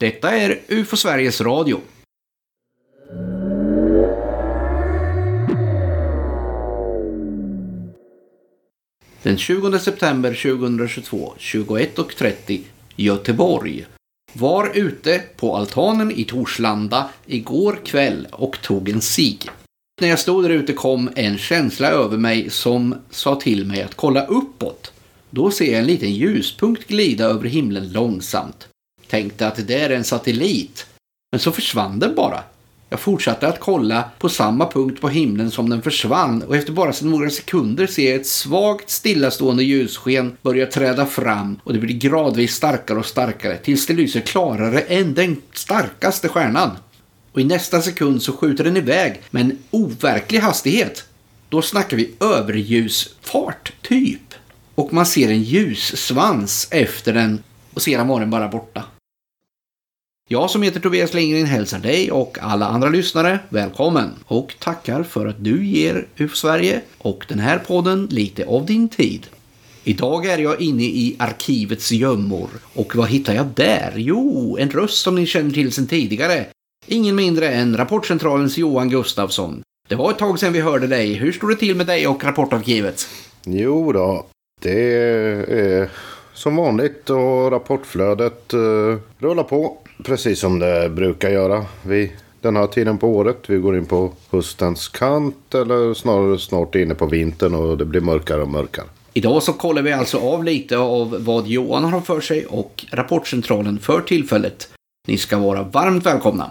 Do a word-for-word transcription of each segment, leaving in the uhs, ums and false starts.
Detta är U F O Sveriges Radio. Den tjugonde september tjugohundratjugotvå, tjugoett och trettio, Göteborg. Var ute på altanen i Torslanda igår kväll och tog en cigg. När jag stod där ute kom en känsla över mig som sa till mig att kolla uppåt. Då ser jag en liten ljuspunkt glida över himlen långsamt. Tänkte att det är en satellit. Men så försvann den bara. Jag fortsatte att kolla på samma punkt på himlen som den försvann och efter bara några sekunder ser jag ett svagt stillastående ljussken börja träda fram och det blir gradvis starkare och starkare tills det lyser klarare än den starkaste stjärnan. Och i nästa sekund så skjuter den iväg med en overklig hastighet. Då snackar vi överljusfart typ. Och man ser en ljussvans efter den och sedan var den bara borta. Jag som heter Tobias Lindgren hälsar dig och alla andra lyssnare välkommen och tackar för att du ger U F O Sverige och den här podden lite av din tid. Idag är jag inne i arkivets gömmor och vad hittar jag där? Jo, en röst som ni känner till sedan tidigare. Ingen mindre än Rapportcentralens Johan Gustafsson. Det var ett tag sedan vi hörde dig. Hur står det till med dig och rapportarkivet? Jo då, det är som vanligt och rapportflödet uh, rullar på. Precis som det brukar göra vid den här tiden på året. Vi går in på höstens kant eller snarare snart inne på vintern och det blir mörkare och mörkare. Idag så kollar vi alltså av lite av vad Johan har för sig och Rapportcentralen för tillfället. Ni ska vara varmt välkomna.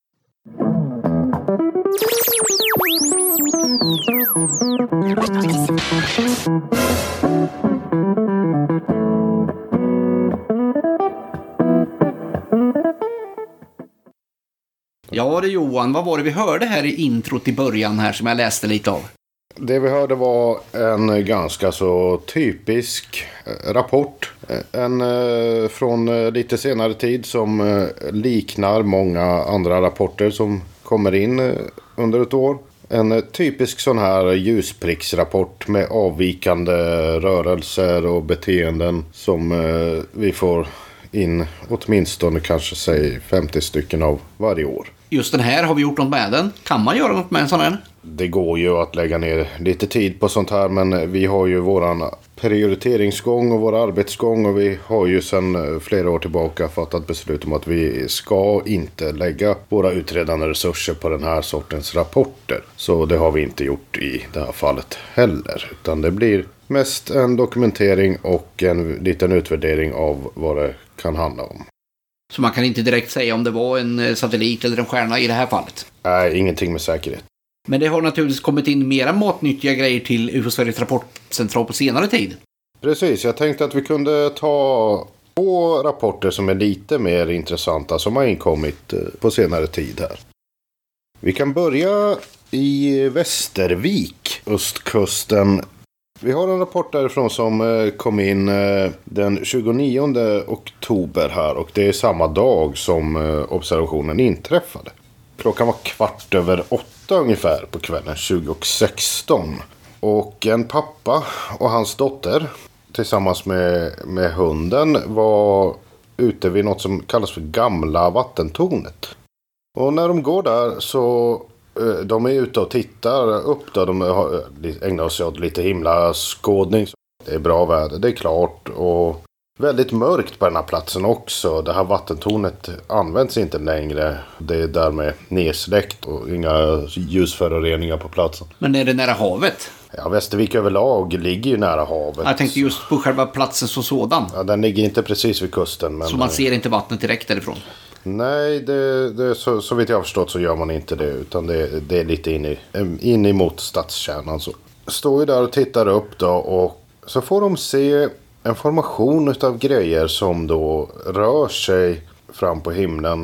Ja det Johan, vad var det vi hörde här i introt i början här som jag läste lite av? Det vi hörde var en ganska så typisk rapport. En eh, från lite senare tid som eh, liknar många andra rapporter som kommer in eh, under ett år. En eh, typisk sån här ljuspricksrapport med avvikande rörelser och beteenden som eh, vi får in åtminstone kanske säg femtio stycken av varje år. Just den här, har vi gjort något med den? Kan man göra något med en sån här? Det går ju att lägga ner lite tid på sånt här, men vi har ju våran prioriteringsgång och vår arbetsgång och vi har ju sedan flera år tillbaka fattat beslut om att vi ska inte lägga våra utredande resurser på den här sortens rapporter. Så det har vi inte gjort i det här fallet heller, utan det blir mest en dokumentering och en liten utvärdering av vad det kan handla om. Så man kan inte direkt säga om det var en satellit eller en stjärna i det här fallet? Nej, ingenting med säkerhet. Men det har naturligtvis kommit in mera matnyttiga grejer till U F O Sveriges rapportcentral på senare tid. Precis, jag tänkte att vi kunde ta två rapporter som är lite mer intressanta som har inkommit på senare tid här. Vi kan börja i Västervik, östkusten. Vi har en rapport därifrån som kom in den tjugonionde oktober här och det är samma dag som observationen inträffade. Klockan var kvart över åtta ungefär på kvällen tjugo sexton. Och en pappa och hans dotter tillsammans med, med hunden var ute vid något som kallas för Gamla vattentornet. Och när de går där så de är ute och tittar upp där, de har, ägnar sig åt lite himlaskådning. Det är bra väder, det är klart och väldigt mörkt på den här platsen också. Det här vattentornet används inte längre. Det är därmed nedsläckt och inga ljusföroreningar på platsen. Men är det nära havet? Ja, Västervik överlag ligger ju nära havet. Jag tänkte just på själva platsen som sådan. Ja, den ligger inte precis vid kusten. Men... Så man ser inte vattnet direkt därifrån? Nej, det, det, så, så vitt jag har förstått så gör man inte det. Utan det, det är lite in, i, in emot stadskärnan. Så står ju där och tittar upp då och så får de se en formation av grejer som då rör sig fram på himlen.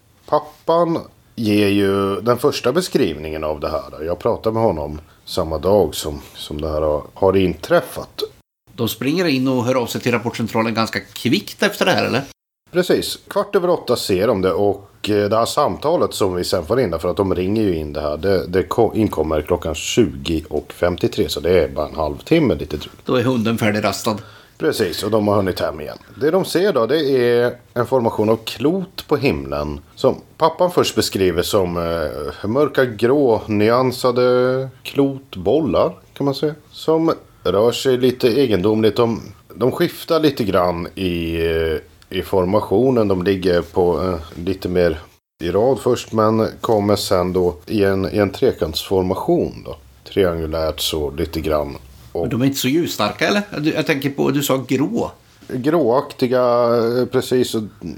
Pappan ger ju den första beskrivningen av det här. Jag pratade med honom samma dag som, som det här har, har inträffat. De springer in och hör av sig till rapportcentralen ganska kvickt efter det här, eller? Precis. Kvart över åtta ser de det och det här samtalet som vi sen får in där, för att de ringer ju in det här, det, det inkommer klockan tjugo och femtiotre, så det är bara en halvtimme lite drygt. Då är hunden färdigrastad. Precis, och de har hunnit hem igen. Det de ser då, det är en formation av klot på himlen. Som pappan först beskriver som eh, mörka grå nyansade klotbollar, kan man säga. Som rör sig lite egendomligt. De, de skiftar lite grann i, i formationen. De ligger på eh, lite mer i rad först, men kommer sen då i en, i en trekantsformation då. Triangulärt så lite grann. Men de är inte så ljusstarka, eller? Jag tänker på, du sa grå. Gråaktiga, precis.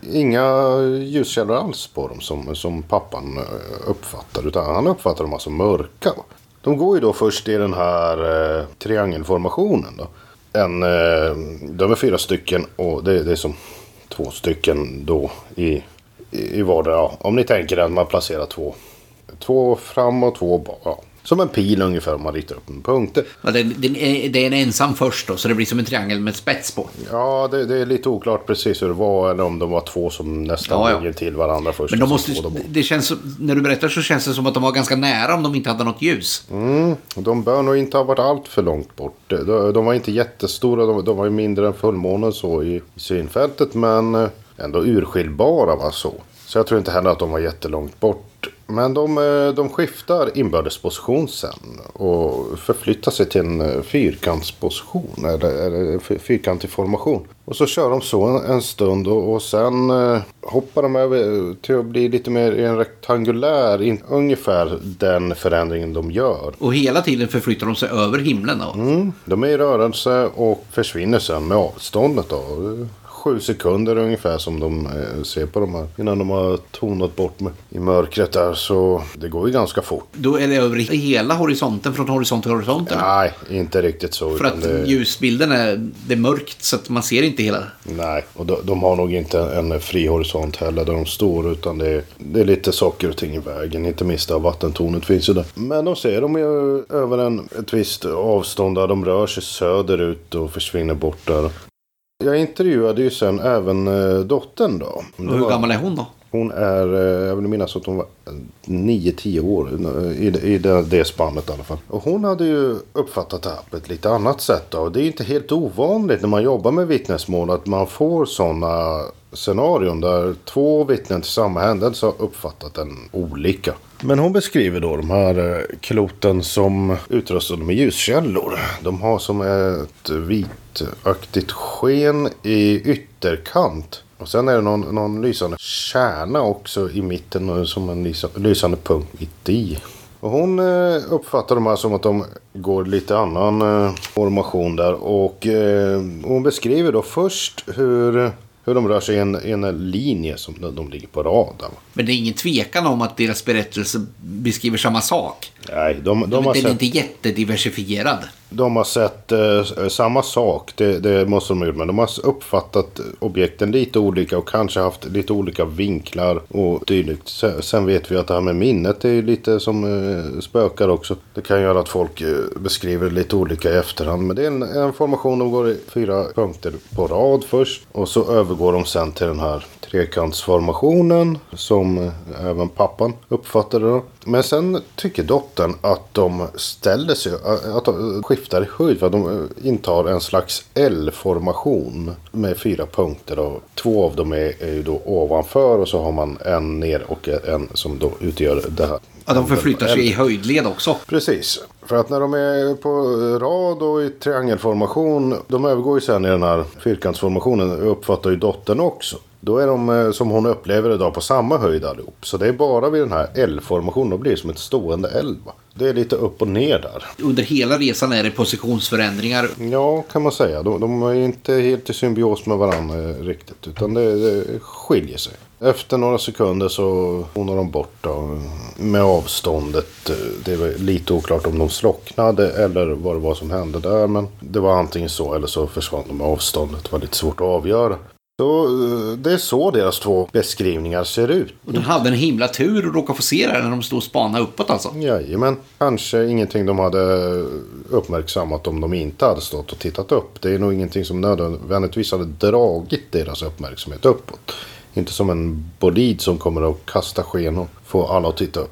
Inga ljuskällor alls på dem som, som pappan uppfattar. Utan han uppfattar dem alltså mörka. De går ju då först i den här eh, triangelformationen då. En, eh, de är fyra stycken och det, det är som två stycken då i, i vardera. Ja, om ni tänker att man placerar två, två fram och två bak. Ja. Som en pil ungefär om man ritar upp en punkter. Ja, det, det, det är en ensam först då, så det blir som en triangel med spets på. Ja, det, det är lite oklart precis hur det var. Eller om de var två som nästan ja, ja. ligger till varandra först. Men de måste, det känns, när du berättar så känns det som att de var ganska nära om de inte hade något ljus. Mm, de bör nog inte ha varit allt för långt bort. De, de var inte jättestora, de, de var ju mindre än fullmånen så i, i synfältet. Men ändå urskiljbara var så. Så jag tror inte heller att de var jättelångt bort. Men de, de skiftar inbördesposition sen och förflyttar sig till en fyrkantsposition eller, eller fyrkantig formation. Och så kör de så en, en stund och, och sen eh, hoppar de över till att bli lite mer en rektangulär, in, ungefär den förändringen de gör. Och hela tiden förflyttar de sig över himlen då? Mm, de är i rörelse och försvinner sen med avståndet då. Sju sekunder ungefär som de eh, ser på de här innan de har tonat bort med i mörkret där, så det går ju ganska fort. Då är det över hela horisonten, från horisont till horisont? Nej, inte riktigt så. För att det... ljusbilden är, det är mörkt så att man ser inte hela. Nej, och de, de har nog inte en fri horisont heller där de står, utan det är, det är lite saker och ting i vägen. Inte minst av vattentornet finns ju där. Men de ser dem ju över en, ett visst avstånd där de rör sig söderut och försvinner bort där. Jag intervjuade ju sen även äh, dottern då. Och hur var, gammal är hon då? Hon är, äh, jag vill minnas att hon var nio till tio år i, i det, det spannet i alla fall. Och hon hade ju uppfattat det här på ett lite annat sätt då. Och det är inte helt ovanligt när man jobbar med vittnesmål att man får sådana scenarion där två vittnen till samma händelse har uppfattat den olika. Men hon beskriver då de här kloten som utrustade med ljuskällor. De har som ett vitaktigt sken i ytterkant. Och sen är det någon, någon lysande kärna också i mitten som en lysande punkt mitt i. Och hon uppfattar de här som att de går lite annan formation där. Och hon beskriver då först hur... Hur de rör sig i en, en linje som de, de ligger på raden. Men det är ingen tvekan om att deras berättelse beskriver samma sak. Nej, de, de, de har den sett... är inte jättediversifierad. De har sett eh, samma sak, det, det måste de ha gjort. Men de har uppfattat objekten lite olika och kanske haft lite olika vinklar och dylikt. Sen, sen vet vi att det här med minnet är lite som eh, spökar också. Det kan göra att folk eh, beskriver lite olika i efterhand. Men det är en, en formation, de går i fyra punkter på rad först. Och så övergår de sen till den här trekantsformationen som eh, även pappan uppfattade då. Men sen tycker dottern att de ställer sig, att de skiftar i höjd för att de intar en slags L-formation med fyra punkter och två av dem är, är ju då ovanför och så har man en ner och en som då utgör det här. Ja, de förflyttar sig i höjdled också. Precis. För att när de är på rad och i triangelformation, de övergår ju sen i den här fyrkantsformationen, uppfattar ju dottern också. Då är de, som hon upplever idag, på samma höjd allihop. Så det är bara vid den här L-formationen, då blir det som ett stående L. Det är lite upp och ner där. Under hela resan är det positionsförändringar. Ja, kan man säga. De, de är inte helt i symbios med varandra riktigt, utan det, det skiljer sig. Efter några sekunder så honar de bort då, med avståndet. Det var lite oklart om de slocknade eller vad det var som hände där. Men det var antingen så eller så försvann de med avståndet. Det var lite svårt att avgöra. Så det är så deras två beskrivningar ser ut. Och de hade en himla tur att råka få se det när de stod och spanade uppåt alltså. Jajamän, kanske ingenting de hade uppmärksammat om de inte hade stått och tittat upp. Det är nog ingenting som nödvändigtvis hade dragit deras uppmärksamhet uppåt. Inte som en bolid som kommer att kasta sken och få alla att titta upp.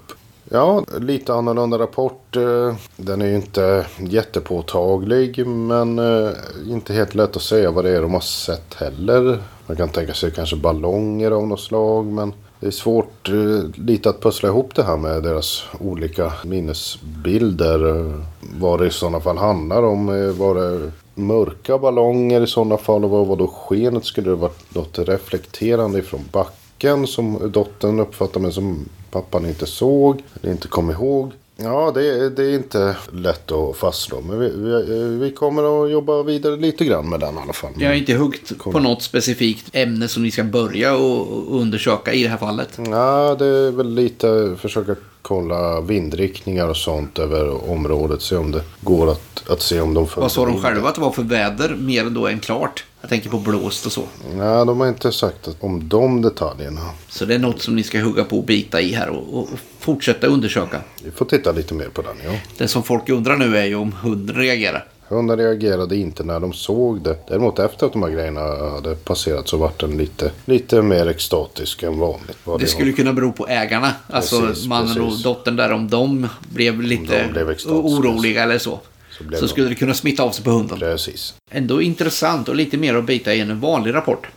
Ja, lite annorlunda rapport. Den är ju inte jättepåtaglig, men inte helt lätt att säga vad det är de har sett heller. Man kan tänka sig kanske ballonger av något slag, men det är svårt lite att pussla ihop det här med deras olika minnesbilder. Vad det i sådana fall handlar om. Var det mörka ballonger i sådana fall, och vad var då skenet? Skulle det varit något reflekterande ifrån backen som dottern uppfattar, men som pappan inte såg eller inte kom ihåg? Ja, det, det är inte lätt att fastslå, men vi, vi, vi kommer att jobba vidare lite grann med den i alla fall. Jag har inte huggt på något specifikt ämne som ni ska börja och undersöka i det här fallet. Ja, det är väl lite försöka kolla vindriktningar och sånt över området, se om det går att, att se om de får. Vad sa de själva att det var för väder mer då än klart? Jag tänker på blåst och så. Nej, de har inte sagt om de detaljerna. Så det är något som ni ska hugga på och bita i här och, och fortsätta undersöka. Vi får titta lite mer på den, ja. Det som folk undrar nu är ju om hunden reagerar. Hunden reagerade inte när de såg det. Däremot efter att de här grejerna hade passerat så var den lite, lite mer extatisk än vanligt. Det, det skulle kunna bero på ägarna. Alltså precis, mannen precis. Och dottern där, om de blev lite de blev oroliga eller så. Så, så de... skulle det kunna smitta av sig på hunden. Precis. Ändå intressant och lite mer att bita i en vanlig rapport.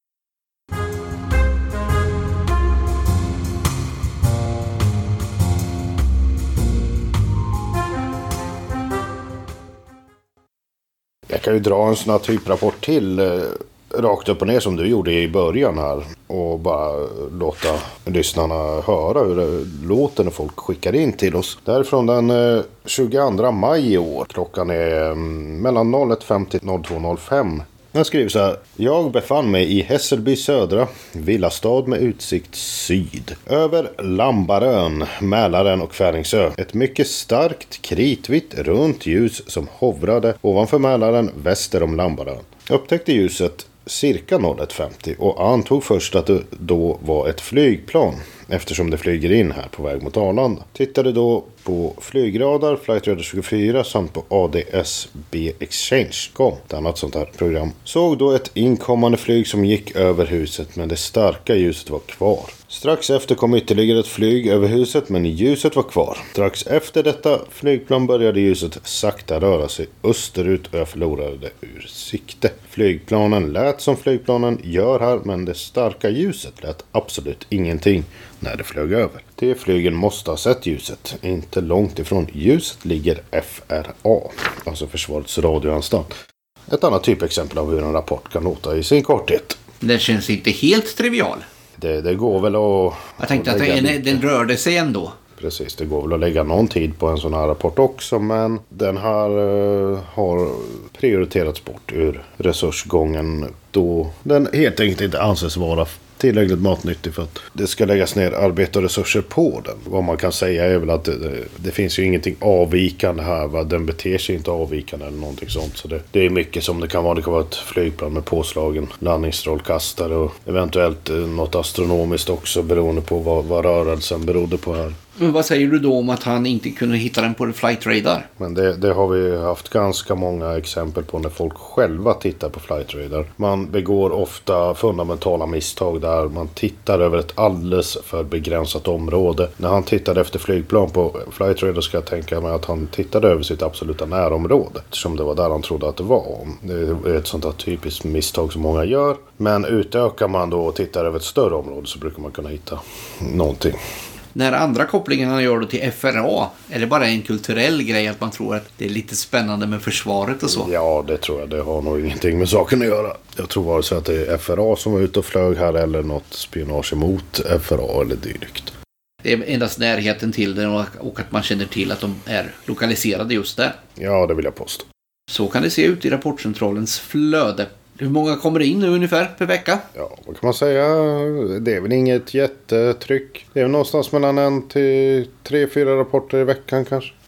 Jag kan ju dra en sån här typrapport till eh, rakt upp och ner som du gjorde i början här. Och bara låta lyssnarna höra hur det låter när folk skickar in till oss. Därifrån den eh, tjugoandra maj i år. Klockan är eh, mellan noll ett femtio och noll två noll fem. Jag skriver så här. Jag befann mig i Hässelby södra, villastad med utsikt syd. Över Lambarön, Mälaren och Färingsö. Ett mycket starkt, kritvitt, runt ljus som hovrade ovanför Mälaren väster om Lambarön. Upptäckte ljuset cirka noll ett femtio och antog först att det då var ett flygplan. Eftersom det flyger in här på väg mot Arlanda. Tittade då på flygradar, Flight Radar tjugofyra samt på A D S B Exchange dot com. Ett annat sånt här program. Såg då ett inkommande flyg som gick över huset, men det starka ljuset var kvar. Strax efter kom ytterligare ett flyg över huset, men ljuset var kvar. Strax efter detta flygplan började ljuset sakta röra sig österut och jag förlorade det ur sikte. Flygplanen lät som flygplanen gör här, men det starka ljuset lät absolut ingenting när det flög över. Det flygen måste ha sett ljuset. Inte långt ifrån ljuset ligger F R A, alltså Försvarets radioanstalt. Ett annat typexempel av hur en rapport kan låta i sin korthet. Det känns inte helt trivial. Det, det går väl att... Jag tänkte att, att den, den rörde sig ändå. Precis, det går väl att lägga någon tid på en sån här rapport också, men den här uh, har prioriterats bort ur resursgången då den helt enkelt inte anses vara tillräckligt matnyttig för att det ska läggas ner arbete och resurser på den. Vad man kan säga är väl att det, det finns ju ingenting avvikande här. Va? Den beter sig inte avvikande eller någonting sånt. Så det, det är mycket som det kan vara. Det kan vara ett flygplan med påslagen landningsstrålkastare och eventuellt något astronomiskt också beroende på vad, vad rörelsen berodde på här. Men vad säger du då om att han inte kunde hitta den på Flight Radar? Men det, det har vi haft ganska många exempel på när folk själva tittar på Flight Radar. Man begår ofta fundamentala misstag där man tittar över ett alldeles för begränsat område. När han tittade efter flygplan på Flight Radar ska jag tänka mig att han tittade över sitt absoluta närområde. Eftersom det var där han trodde att det var. Det är ett sånt här typiskt misstag som många gör. Men utökar man då och tittar över ett större område så brukar man kunna hitta någonting. När andra kopplingen han gör då till F R A, är det bara en kulturell grej att man tror att det är lite spännande med försvaret och så? Ja, det tror jag. Det har nog ingenting med saken att göra. Jag tror vare sig att det är F R A som var ute och flög här eller något spionage emot F R A eller dylikt. Det är endast närheten till den och att man känner till att de är lokaliserade just där. Ja, det vill jag påstå. Så kan det se ut i rapportcentralens flöde. Hur många kommer in nu ungefär per vecka? Ja, vad kan man säga? Det är väl inget jättetryck. Det är väl någonstans mellan en till tre, fyra rapporter i veckan kanske.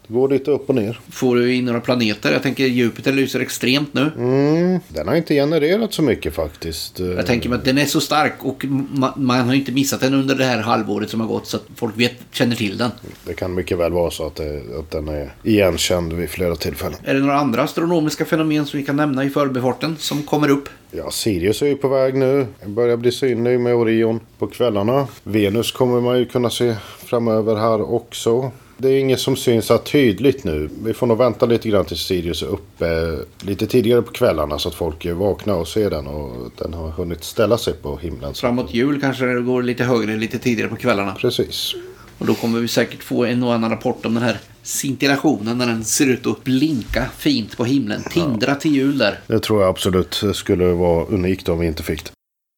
går lite upp och ner. Får du in några planeter? Jag tänker Jupiter lyser extremt nu. Mm, den har inte genererat så mycket faktiskt. Jag tänker mig att den är så stark och ma- man har inte missat den under det här halvåret som har gått så att folk vet, känner till den. Det kan mycket väl vara så att, det, att den är igenkänd vid flera tillfällen. Är det några andra astronomiska fenomen som vi kan nämna i förbifarten som kommer upp? Ja, Sirius är ju på väg nu. Det börjar bli synlig med Orion på kvällarna. Venus kommer man ju kunna se framöver här också. Det är inget som syns så tydligt nu. Vi får nog vänta lite grann till Sirius är uppe lite tidigare på kvällarna så att folk är vakna och ser den och den har hunnit ställa sig på himlen. Framåt jul kanske det går lite högre lite tidigare på kvällarna. Precis. Och då kommer vi säkert få en och annan rapport om den här scintillationen när den ser ut att blinka fint på himlen. Tindra till jul där. Det tror jag absolut skulle vara unikt om vi inte fick det.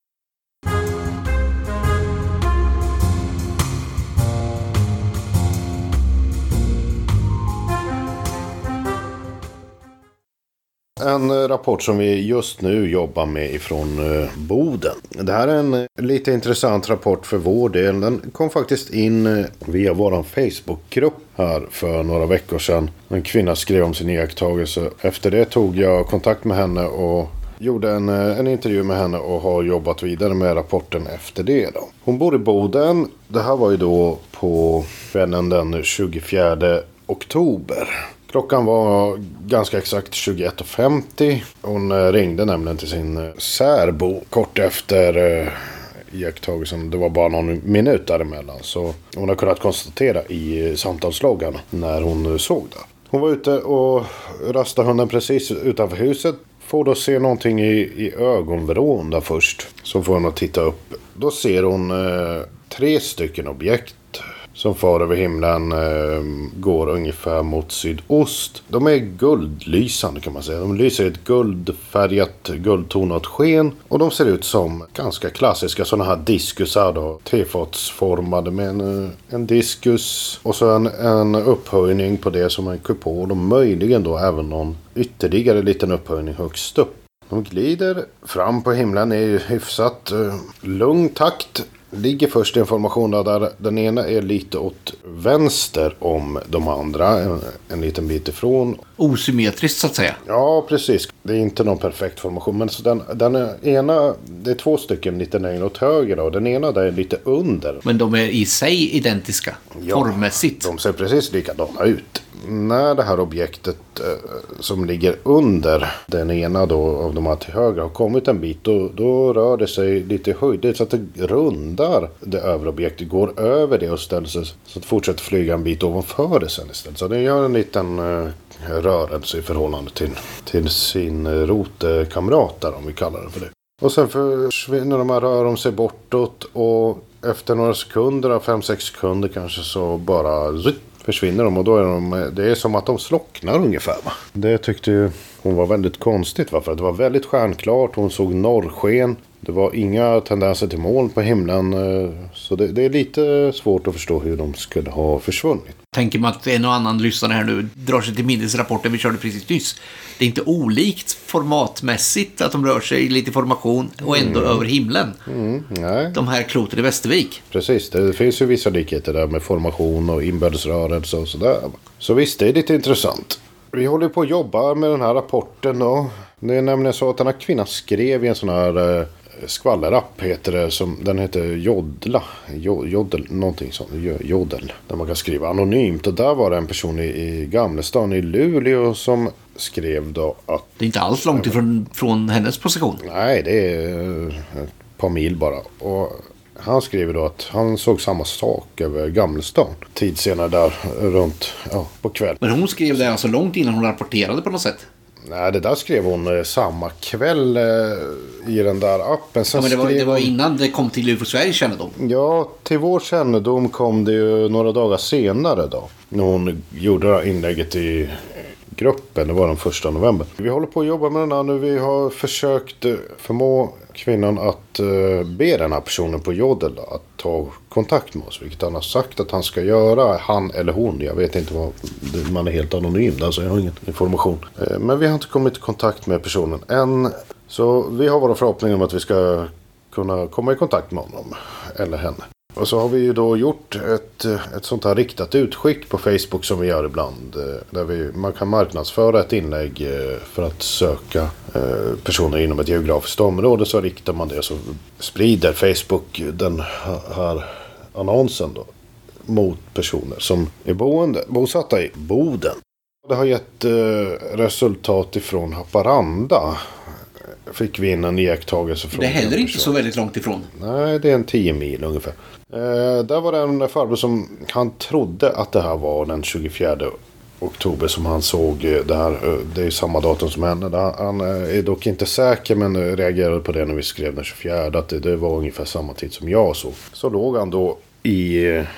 En rapport som vi just nu jobbar med ifrån eh, Boden. Det här är en eh, lite intressant rapport för vår del. Den kom faktiskt in eh, via vår Facebookgrupp här för några veckor sedan. En kvinna skrev om sin iakttagelse. Efter det tog jag kontakt med henne och gjorde en, eh, en intervju med henne och har jobbat vidare med rapporten efter det då. Hon bor i Boden. Det här var ju då på kvällen den tjugofjärde oktober. Klockan var ganska exakt tjugoett och femtio. Hon ringde nämligen till sin särbo kort efter eh, iakttagelsen. Det var bara någon minut däremellan. Så hon har kunnat konstatera i samtalsloggarna när hon såg det. Hon var ute och rastade hunden precis utanför huset. Får då se någonting i, i ögonvrån där först. Så får hon att titta upp. Då ser hon eh, tre stycken objekt som far över himlen, eh, går ungefär mot sydost. De är guldlysande kan man säga. De lyser ett guldfärgat, guldtonat sken. Och de ser ut som ganska klassiska sådana här diskusar då. Tefatsformade med en, en diskus. Och så en, en upphöjning på det som en kupol. Och möjligen då även någon ytterligare liten upphöjning högst upp. De glider fram på himlen i hyfsat eh, lugn takt. Ligger först i en formation där den ena är lite åt vänster om de andra. En, en liten bit ifrån. Osymmetriskt så att säga. Ja, precis. Det är inte någon perfekt formation. Men så den, den ena, det är två stycken lite längre åt höger. Och den ena där är lite under. Men de är i sig identiska. Ja, formmässigt. De ser precis likadana ut. När det här objektet eh, som ligger under den ena då av de här till höger har kommit en bit då, då rör det sig lite i höjd så att det rundar det övre objektet, går över det och ställer sig så att det fortsätter flyga en bit ovanför det sen istället. Så det gör en liten eh, rörelse i förhållande till, till sin rotekamrat där om vi kallar det för det. Och sen försvinner de här, rör de sig bortåt och efter några sekunder, fem sex sekunder kanske så bara försvinner de och då är de, det är som att de slocknar ungefär va. Det tyckte ju hon var väldigt konstigt va? För att det var väldigt stjärnklart, hon såg norrsken. Det var inga tendenser till moln på himlen så det, det är lite svårt att förstå hur de skulle ha försvunnit. Tänker man att en och annan lyssnare här nu drar sig till minnesrapporten vi körde precis nyss. Det är inte olikt formatmässigt att de rör sig lite i formation och ändå mm. över himlen. Mm, nej. De här kloten i Västervik. Precis, det finns ju vissa likheter där med formation och inbördesrörelse och sådär. Så visst, det är lite intressant. Vi håller på att jobba med den här rapporten då. Det är nämligen så att den här kvinnan skrev i en sån här eh, skvallerapp heter det, som den heter Jodla. Jodel, någonting sånt. Jodel. Där man kan skriva anonymt. Och där var det en person i, i Gamlestan i Luleå som skrev då att... Det är inte alls långt ifrån från hennes position. Nej, det är ett par mil bara. Och han skrev då att han såg samma sak över Gamlestan. Tid senare där runt ja, på kväll. Men hon skrev det alltså långt innan hon rapporterade på något sätt? Nej, det där skrev hon eh, samma kväll eh, i den där appen. Sen ja, men det var, skrev det var hon... innan det kom till U F O Sveriges kännedom. Ja, till vår kännedom kom det ju några dagar senare då. När hon gjorde inlägget i gruppen, det var den första november. Vi håller på att jobba med den här nu. Vi har försökt förmå kvinnan att uh, be den här personen på Jodel att ta kontakt med oss. Vilket han har sagt att han ska göra, han eller hon. Jag vet inte vad, man är helt anonym där så jag har ingen information. Uh, men vi har inte kommit i kontakt med personen än. Så vi har våra förhoppningar om att vi ska kunna komma i kontakt med honom eller henne. Och så har vi ju då gjort ett, ett sånt här riktat utskick på Facebook som vi gör ibland. Där vi, man kan marknadsföra ett inlägg för att söka personer inom ett geografiskt område. Så riktar man det och så sprider Facebook den här annonsen då mot personer som är boende, bosatta i Boden. Det har gett resultat ifrån Haparanda. Fick vi in en iakttagelse från... Det är heller inte så väldigt långt ifrån. Nej, det är en tio mil ungefär. Eh, där var det en farbror som... Han trodde att det här var den tjugofjärde oktober som han såg det här. Det är samma datum som henne. Han är dock inte säker, men reagerade på det när vi skrev den tjugofjärde. Att det, det var ungefär samma tid som jag såg. Så låg han då i,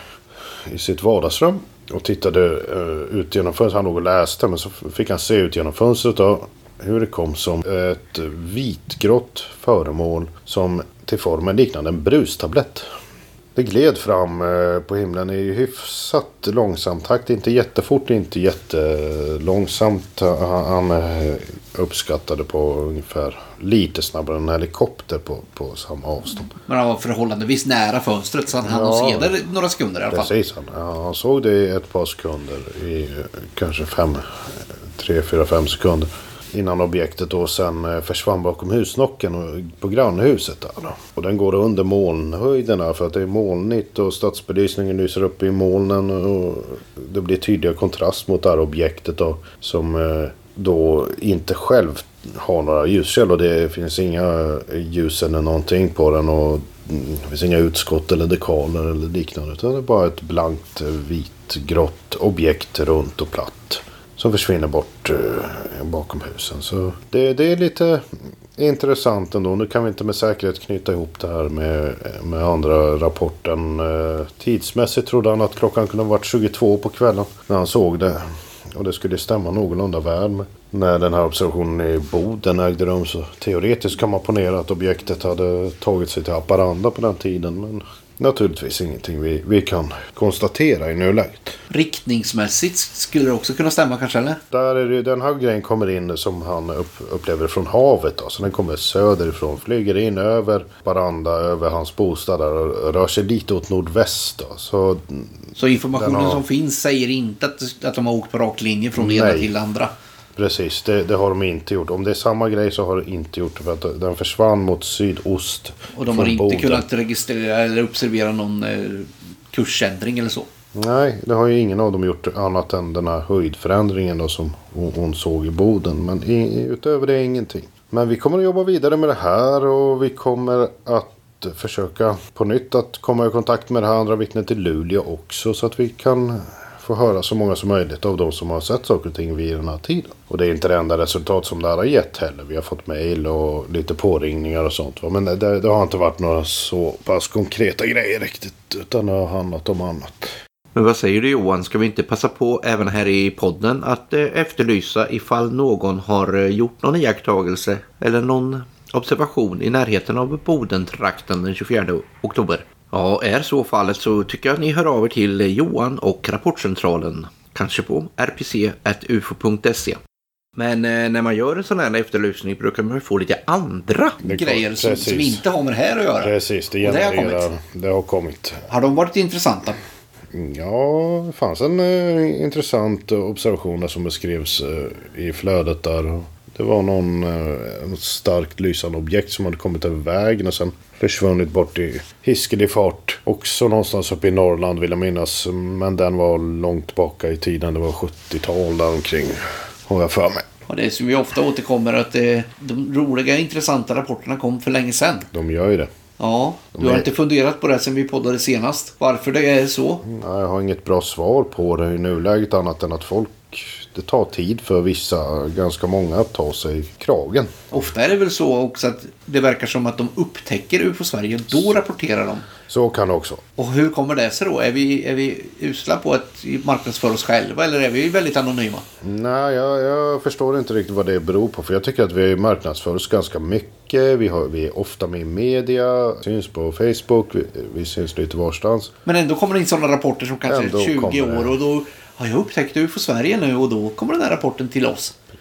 i sitt vardagsrum och tittade uh, ut genom fönstret. Han låg och läste, men så fick han se ut genom fönstret och hur det kom som ett vitgrått föremål som till formen liknande en brustablett. Det gled fram på himlen i hyfsat långsam takt. Inte jättefort, inte jättelångsamt. Han uppskattade på ungefär lite snabbare än en helikopter på, på samma avstånd. Men han var förhållandevis nära fönstret så han hann ja, se det några sekunder i alla fall. Precis, han, han såg det i ett par sekunder. I kanske fem, tre, fyra, fem sekunder. Innan objektet då sen försvann bakom husnocken och på grannhuset där då. Och den går under molnhöjderna för att det är molnigt och stadsbelysningen lyser upp i molnen och det blir tydliga kontrast mot det här objektet då, som då inte själv har några ljuskällor. Det finns inga ljus eller någonting på den och det finns inga utskott eller dekaler eller liknande, utan det är bara ett blankt vitgrått objekt runt och platt som försvinner bort eh, bakom husen. Så det, det är lite intressant ändå. Nu kan vi inte med säkerhet knyta ihop det här med, med andra rapporten. Eh, tidsmässigt trodde han att klockan kunde ha varit tjugotvå på kvällen när han såg det. Och det skulle stämma någorlunda väl med när den här observationen i Boden ägde rum. Så teoretiskt kan man ponera att objektet hade tagit sig till Haparanda på den tiden. Men naturligtvis ingenting vi, vi kan konstatera i nuläget. Riktningsmässigt skulle det också kunna stämma kanske, eller? Där är det, den här grejen kommer in som han upp, upplever från havet då. Så den kommer söderifrån, flyger in över Haparanda, över hans bostad där och rör sig lite åt nordväst då. Så, så informationen har... som finns säger inte att, att de har åkt på rak linje från det ena till det andra? Precis, det, det har de inte gjort. Om det är samma grej så har det inte gjort det, för att den försvann mot sydost. Och de har inte Boden. Kunnat registrera eller observera någon eh, kursändring eller så? Nej, det har ju ingen av dem gjort annat än den här höjdförändringen då, som hon, hon såg i Boden. Men i, utöver det är ingenting. Men vi kommer att jobba vidare med det här och vi kommer att försöka på nytt att komma i kontakt med det här andra vittnet i Luleå också, så att vi kan få höra så många som möjligt av de som har sett saker och ting vid den här tiden. Och det är inte det enda resultat som det här har gett heller. Vi har fått mejl och lite påringningar och sånt. Men det, det har inte varit några så pass konkreta grejer riktigt, utan det har handlat om annat. Men vad säger du, Johan? Ska vi inte passa på även här i podden att eh, efterlysa ifall någon har eh, gjort någon iakttagelse eller någon observation i närheten av Bodentrakten den tjugofjärde oktober? Ja, är så fallet så tycker jag att ni hör av er till Johan och Rapportcentralen, kanske på r p c at u f o punkt s e. Men eh, när man gör en sån här efterlysning brukar man få lite andra det grejer som, som inte har med det här att göra. Precis, det, det, har kommit. det har kommit. Har de varit intressanta? Ja, det fanns en eh, intressant observation som beskrevs eh, i flödet där. Det var någon eh, starkt lysande objekt som hade kommit över vägen och sen försvunnit bort i hiskelig fart. Också någonstans uppe i Norrland vill jag minnas. Men den var långt baka i tiden. Det var sjuttiotal där omkring, har jag för mig. Och det är som vi ofta återkommer att eh, de roliga, intressanta rapporterna kom för länge sedan. De gör ju det. Ja, du de har är... inte funderat på det sen vi poddade senast. Varför det är så? Nej, jag har inget bra svar på det i nuläget annat än att folk... Det tar tid för vissa, ganska många, att ta sig kragen. Ofta är det väl så också att det verkar som att de upptäcker U F O Sverige, då rapporterar de. Så kan det också. Och hur kommer det sig då? Är vi, är vi usla på att marknadsföra oss själva eller är vi väldigt anonyma? Nej, jag, jag förstår inte riktigt vad det beror på. För jag tycker att vi marknadsför oss ganska mycket. Vi, har, vi är ofta med i media, syns på Facebook, vi, vi syns lite varstans. Men ändå kommer det in sådana rapporter som kanske är tjugo år och då... Ja, jag upptäckte U F O Sverige nu och då kommer den här rapporten till oss.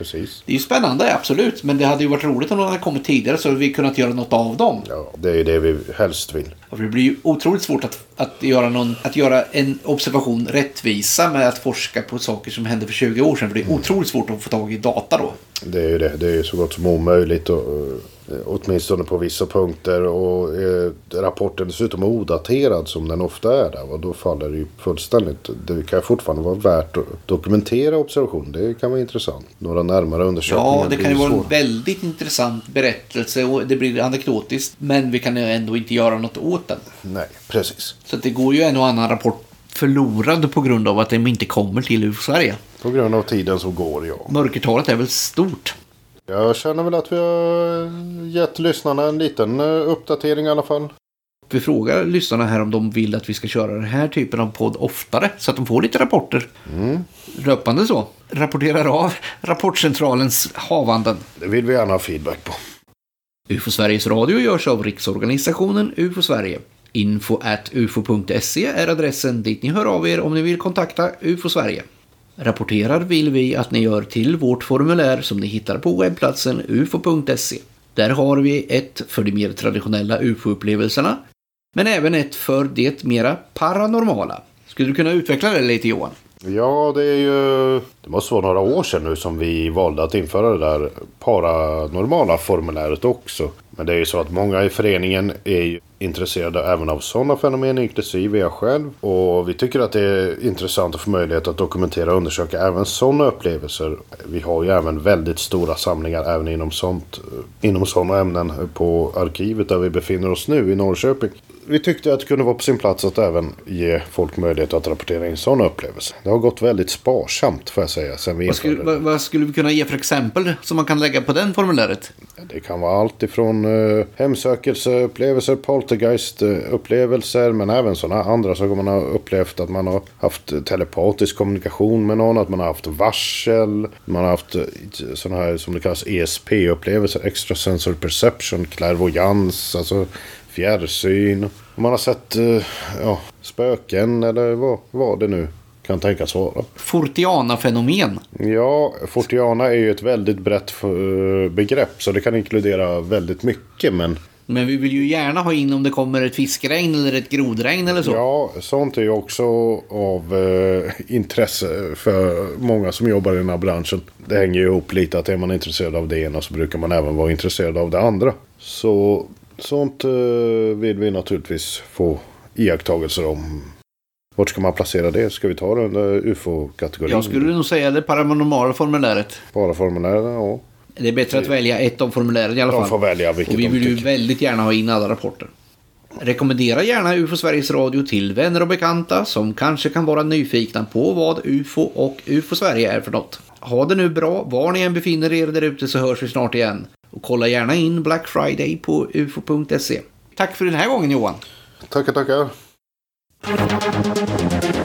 precis. Det är ju spännande, absolut. Men det hade ju varit roligt om de hade kommit tidigare så att vi kunnat göra något av dem. Ja, det är ju det vi helst vill. Och det blir ju otroligt svårt att, att, göra någon, att göra en observation rättvisa med att forska på saker som hände för tjugo år sedan. För det är mm. otroligt svårt att få tag i data då. Det är ju det. Det är ju så gott som omöjligt. Och, åtminstone på vissa punkter. Och eh, rapporten dessutom är odaterad som den ofta är där. Och då faller det ju fullständigt. Det kan fortfarande vara värt att dokumentera observation. Det kan vara intressant. Några närmare undersökningar. Ja, det kan ju vara en väldigt intressant berättelse. Och det blir anekdotiskt. Men vi kan ju ändå inte göra något åt den. Nej, precis. Så att det går ju en och annan rapport förlorad på grund av att de inte kommer till U F O Sverige. På grund av tiden som går, ja. Mörkertalet är väl stort. Jag känner väl att vi har gett lyssnarna en liten uppdatering i alla fall. Vi frågar lyssnarna här om de vill att vi ska köra den här typen av podd oftare. Så att de får lite rapporter. Mm. Löpande så. Rapporterar av Rapportcentralens havanden. Det vill vi gärna ha feedback på. U F O Sveriges Radio görs av Riksorganisationen U F O Sverige. info at ufo punkt se är adressen dit ni hör av er om ni vill kontakta U F O Sverige. Rapporterar vill vi att ni gör till vårt formulär som ni hittar på webbplatsen ufo punkt se. Där har vi ett för de mer traditionella U F O-upplevelserna, men även ett för det mera paranormala. Skulle du kunna utveckla det lite, Johan? Ja, det är ju... Det måste vara några år sedan nu som vi valde att införa det där paranormala formuläret också. Men det är ju så att många i föreningen är ju intresserade även av sådana fenomen, inklusive jag själv. Och vi tycker att det är intressant att få möjlighet att dokumentera och undersöka även sådana upplevelser. Vi har ju även väldigt stora samlingar även inom sånt, inom sådana ämnen på arkivet där vi befinner oss nu i Norrköping. Vi tyckte att det kunde vara på sin plats att även ge folk möjlighet att rapportera in sådana upplevelser. Det har gått väldigt sparsamt, får jag säga, sen vi vad skulle, vad, vad skulle vi kunna ge för exempel som man kan lägga på den formuläret? Det kan vara allt ifrån uh, hemsökelseupplevelser, poltergeist-upplevelser, men även sådana andra saker man har upplevt, att man har haft telepatisk kommunikation med någon, att man har haft varsel, man har haft uh, sådana här som det kallas E S P-upplevelser, extrasensory perception, clairvoyance, alltså fjärrsyn. Man har sett uh, ja, spöken eller vad, vad det nu kan tänkas vara. Fortiana-fenomen. Ja, Fortiana är ju ett väldigt brett begrepp så det kan inkludera väldigt mycket, men... Men vi vill ju gärna ha in om det kommer ett fiskregn eller ett grodregn eller så. Ja, sånt är ju också av eh, intresse för många som jobbar i den här branschen. Det hänger ju ihop lite att är man intresserad av det ena så brukar man även vara intresserad av det andra. Så sånt eh, vill vi naturligtvis få iakttagelser om. Vart ska man placera det? Ska vi ta det under U F O-kategorin? Jag skulle nog säga det paranormala formuläret. Bara formuläret, ja. Det är bättre att välja ett av formulären i alla fall. De får välja vilket. Och vi vill de ju väldigt gärna ha in alla rapporter. Rekommendera gärna U F O Sveriges Radio till vänner och bekanta som kanske kan vara nyfikna på vad U F O och U F O Sverige är för något. Ha det nu bra, var ni än befinner er där ute så hörs vi snart igen. Och kolla gärna in Black Friday på ufo punkt se. Tack för den här gången, Johan. Tackar, tackar.